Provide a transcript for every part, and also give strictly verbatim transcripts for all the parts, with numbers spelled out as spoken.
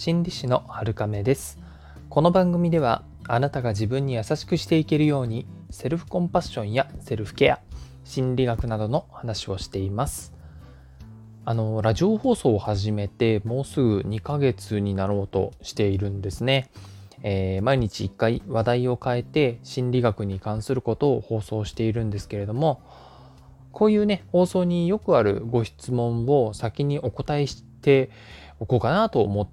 心理師の春亀です。この番組ではあなたが自分に優しくしていけるようにセルフコンパッションやセルフケア、心理学などの話をしています。あのラジオ放送を始めてもうすぐにかげつになろうとしているんですね。えー、毎日いっかい話題を変えて心理学に関することを放送しているんですけれども、こういうね放送によくあるご質問を先にお答えしておこうかなと思って、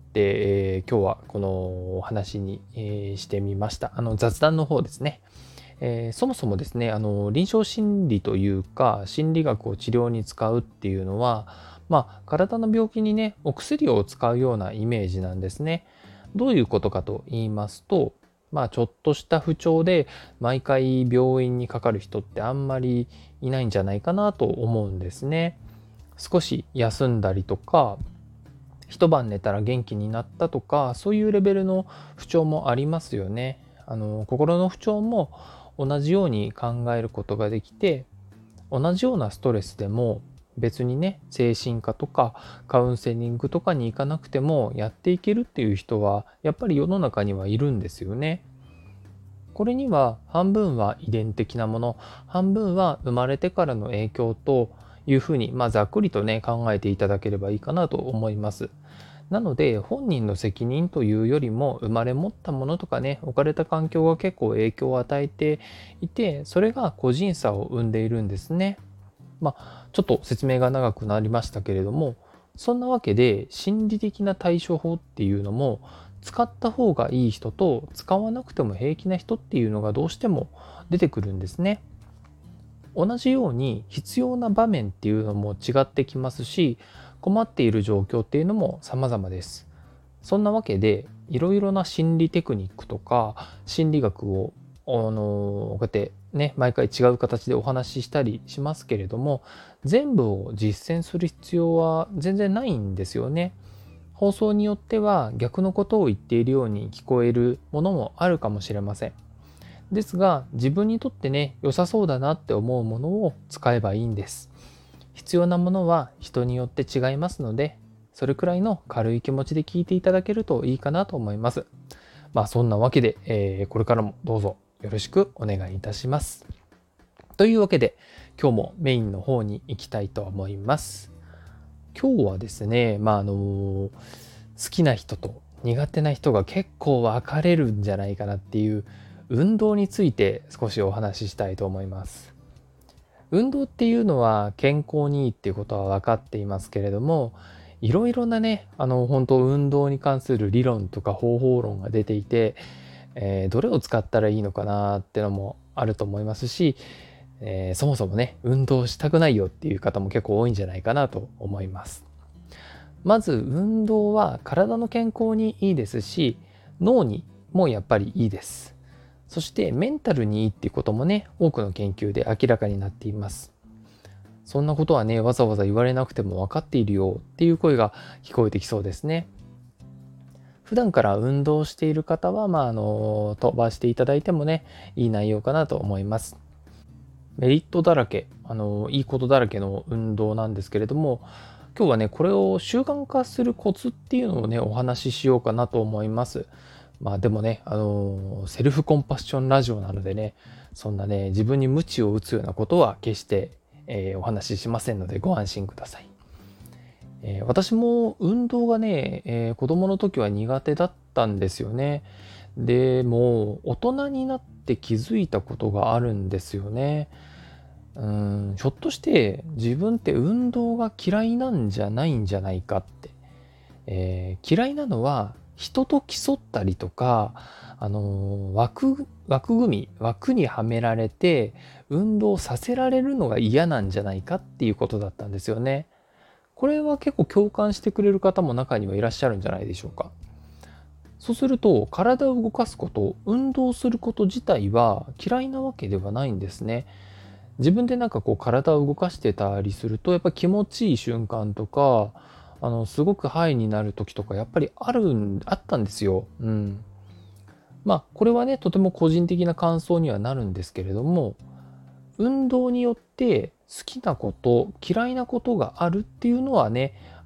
えー、今日はこのお話に、えー、してみました。あの雑談の方ですね。えー、そもそもですね、あの臨床心理というか心理学を治療に使うっていうのは、まあ体の病気にねお薬を使うようなイメージなんですね。どういうことかと言いますと、まあちょっとした不調で毎回病院にかかる人ってあんまりいないんじゃないかなと思うんですね。少し休んだりとか、一晩寝たら元気になったとか、そういうレベルの不調もありますよね。あの心の不調も同じように考えることができて、同じようなストレスでも別にね精神科とかカウンセリングとかに行かなくてもやっていけるっていう人はやっぱり世の中にはいるんですよね。これには半分は遺伝的なもの、半分は生まれてからの影響というふうに、まあざっくりとね考えていただければいいかなと思います。なので本人の責任というよりも生まれ持ったものとかね、置かれた環境が結構影響を与えていて、それが個人差を生んでいるんですね。まあちょっと説明が長くなりましたけれども、そんなわけで心理的な対処法っていうのも使った方がいい人と使わなくても平気な人っていうのがどうしても出てくるんですね。同じように必要な場面っていうのも違ってきますし、困っている状況っていうのも様々です。そんなわけでいろいろな心理テクニックとか心理学をあのこうやってね毎回違う形でお話ししたりしますけれども、全部を実践する必要は全然ないんですよね。放送によっては逆のことを言っているように聞こえるものもあるかもしれません。ですが自分にとってね良さそうだなって思うものを使えばいいんです。必要なものは人によって違いますので、それくらいの軽い気持ちで聞いていただけるといいかなと思います。まあそんなわけで、えー、これからもどうぞよろしくお願いいたします。というわけで今日もメインの方に行きたいと思います。今日はですね、まああの好きな人と苦手な人が結構分かれるんじゃないかなっていう運動について少しお話ししたいと思います。運動っていうのは健康にいいっていうことは分かっていますけれども、いろいろなね、あの本当運動に関する理論とか方法論が出ていて、えーどれを使ったらいいのかなってのもあると思いますし、えーそもそもね、運動したくないよっていう方も結構多いんじゃないかなと思います。まず運動は体の健康にいいですし、脳にもやっぱりいいです。そしてメンタルにいいっていうこともね、多くの研究で明らかになっています。そんなことはね、わざわざ言われなくても分かっているよっていう声が聞こえてきそうですね。普段から運動している方は、まあ、あの、飛ばしていただいてもね、いい内容かなと思います。メリットだらけ、あの、いいことだらけの運動なんですけれども、今日はね、これを習慣化するコツっていうのをね、お話ししようかなと思います。まあでもね、あの、セルフコンパッションラジオなのでね、そんなね、自分に鞭を打つようなことは決して、えーお話ししませんのでご安心ください。えー私も運動がね、えー子供の時は苦手だったんですよね。でも、大人になって気づいたことがあるんですよね。うーん、ひょっとして自分って運動が嫌いなんじゃないんじゃないかって。えー嫌いなのは人と競ったりとか、あのー枠、枠組み、枠にはめられて運動させられるのが嫌なんじゃないかっていうことだったんですよね。これは結構共感してくれる方も中にはいらっしゃるんじゃないでしょうか。そうすると体を動かすこと、運動すること自体は嫌いなわけではないんですね。自分でなんかこう体を動かしてたりするとやっぱ気持ちいい瞬間とか、あのすごくハイになる時とかやっぱりあるんあったんですよ。うん。まあこれはねとても個人的な感想にはなるんですけれども、運動によって好きなこと嫌いなことがあるっていうのはね、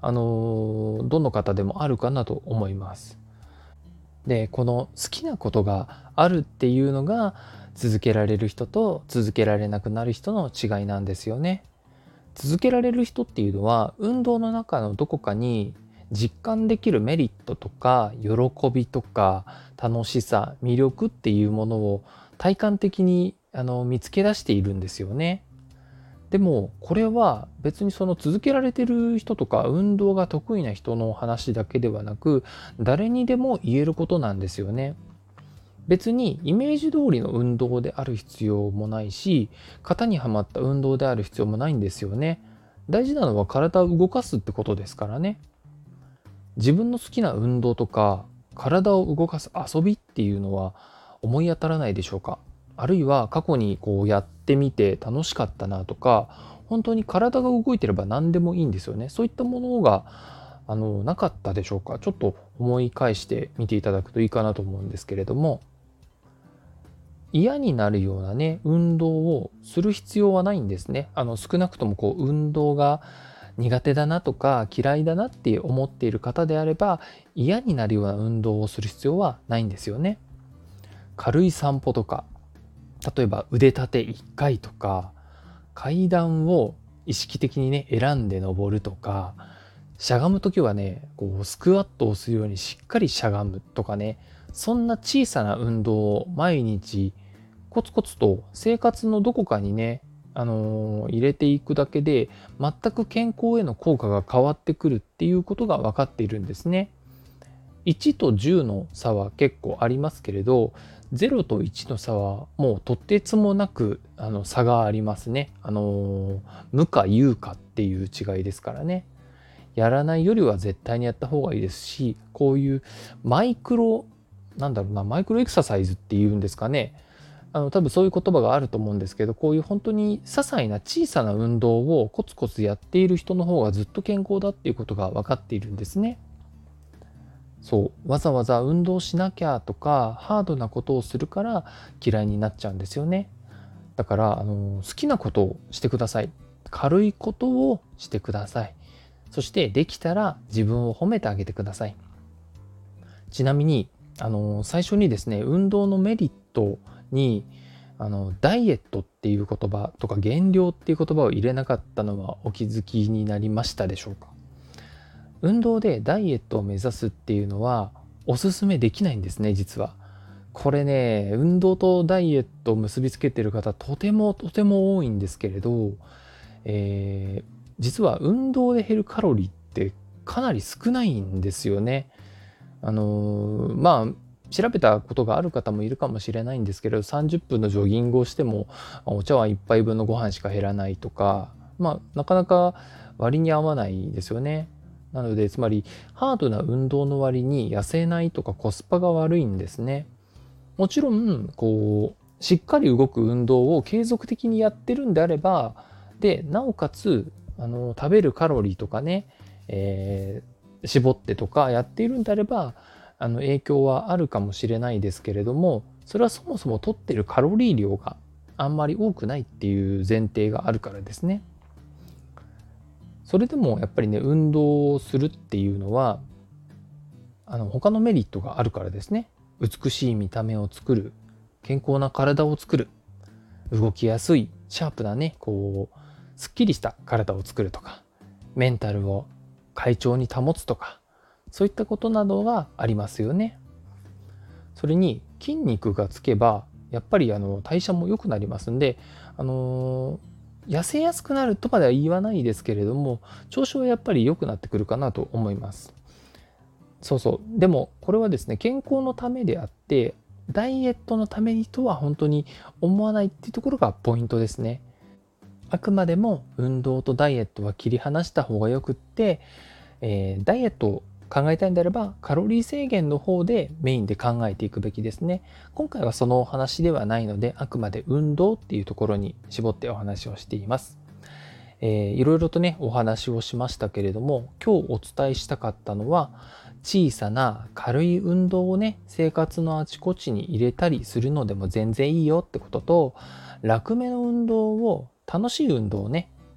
あのどの方でもあるかなと思います。で、この好きなことがあるっていうのが続けられる人と続けられなくなる人の違いなんですよね。続けられる人っていうのは運動の中のどこかに実感できるメリットとか喜びとか楽しさ、魅力っていうものを体感的にあの見つけ出しているんですよね。でもこれは別にその続けられてる人とか運動が得意な人の話だけではなく、誰にでも言えることなんですよね。別にイメージ通りの運動である必要もないし、型にはまった運動である必要もないんですよね。大事なのは体を動かすってことですからね。自分の好きな運動とか体を動かす遊びっていうのは思い当たらないでしょうか。あるいは過去にこうやってみて楽しかったなとか、本当に体が動いてれば何でもいいんですよね。そういったものがあのなかったでしょうか。ちょっと思い返してみていただくといいかなと思うんですけれども、嫌になるようなね運動をする必要はないんですね。あの少なくともこう運動が苦手だなとか嫌いだなって思っている方であれば、嫌になるような運動をする必要はないんですよね。軽い散歩とか、例えば腕立ていっかいとか、階段を意識的にね選んで登るとか、しゃがむときはねこうスクワットをするようにしっかりしゃがむとかね、そんな小さな運動を毎日コツコツと生活のどこかにねあのー入れていくだけで、全く健康への効果が変わってくるっていうことが分かっているんですね。いちとじゅうの差は結構ありますけれど、ゼロといちの差はもうとてつもなくあの差がありますね。あのー無か有かっていう違いですからね。やらないよりは絶対にやった方がいいですし、こういうマイクロなんだろうなマイクロエクササイズっていうんですかね。あの多分そういう言葉があると思うんですけど、こういう本当に些細な小さな運動をコツコツやっている人の方がずっと健康だっていうことが分かっているんですね。そう、わざわざ運動しなきゃとかハードなことをするから嫌いになっちゃうんですよね。だからあの好きなことをしてください。軽いことをしてください。そしてできたら自分を褒めてあげてください。ちなみにあの最初にですね運動のメリットにあのダイエットっていう言葉とか減量っていう言葉を入れなかったのはお気づきになりましたでしょうか。運動でダイエットを目指すっていうのはおすすめできないんですね、実は。これね、運動とダイエットを結びつけてる方とてもとても多いんですけれど、えー実は運動で減るカロリーってかなり少ないんですよね。あのーまあ調べたことがある方もいるかもしれないんですけど、さんじゅっぷんのジョギングをしてもお茶碗いっぱいぶんのご飯しか減らないとか、まあなかなか割に合わないですよね。なのでつまりハードな運動の割に痩せないとかコスパが悪いんですね。もちろんこうしっかり動く運動を継続的にやってるんであれば、でなおかつあの食べるカロリーとかね、えー絞ってとかやっているんであれば、あの影響はあるかもしれないですけれども、それはそもそも取ってるカロリー量があんまり多くないっていう前提があるからですね。それでもやっぱりね運動をするっていうのはあの他のメリットがあるからですね。美しい見た目を作る、健康な体を作る、動きやすいシャープなねこうすっきりした体を作るとか、メンタルを快調に保つとか、そういったことなどがありますよね。それに筋肉がつけばやっぱりあの代謝も良くなりますんで、あのー痩せやすくなるとまでは言わないですけれども、調子はやっぱり良くなってくるかなと思います。そうそう。でもこれはですね健康のためであってダイエットのためにとは本当に思わないっていうところがポイントですね。あくまでも運動とダイエットは切り離した方がよくって、えーダイエットを考えたいんであればカロリー制限の方でメインで考えていくべきですね。今回はそのお話ではないので、あくまで運動っていうところに絞ってお話をしています。えーいろいろとねお話をしましたけれども、今日お伝えしたかったのは、小さな軽い運動をね生活のあちこちに入れたりするのでも全然いいよってことと、楽めの運動を楽しい運動をね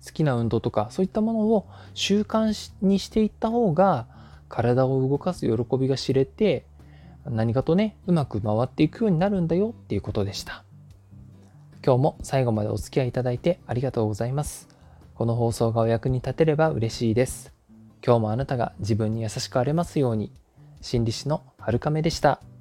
好きな運動とかそういったものを習慣にしていった方が体を動かす喜びが知れて、何かとねうまく回っていくようになるんだよっていうことでした。今日も最後までお付き合いいただいてありがとうございます。この放送がお役に立てれば嬉しいです。今日もあなたが自分に優しくあれますように。心理師のはるかめでした。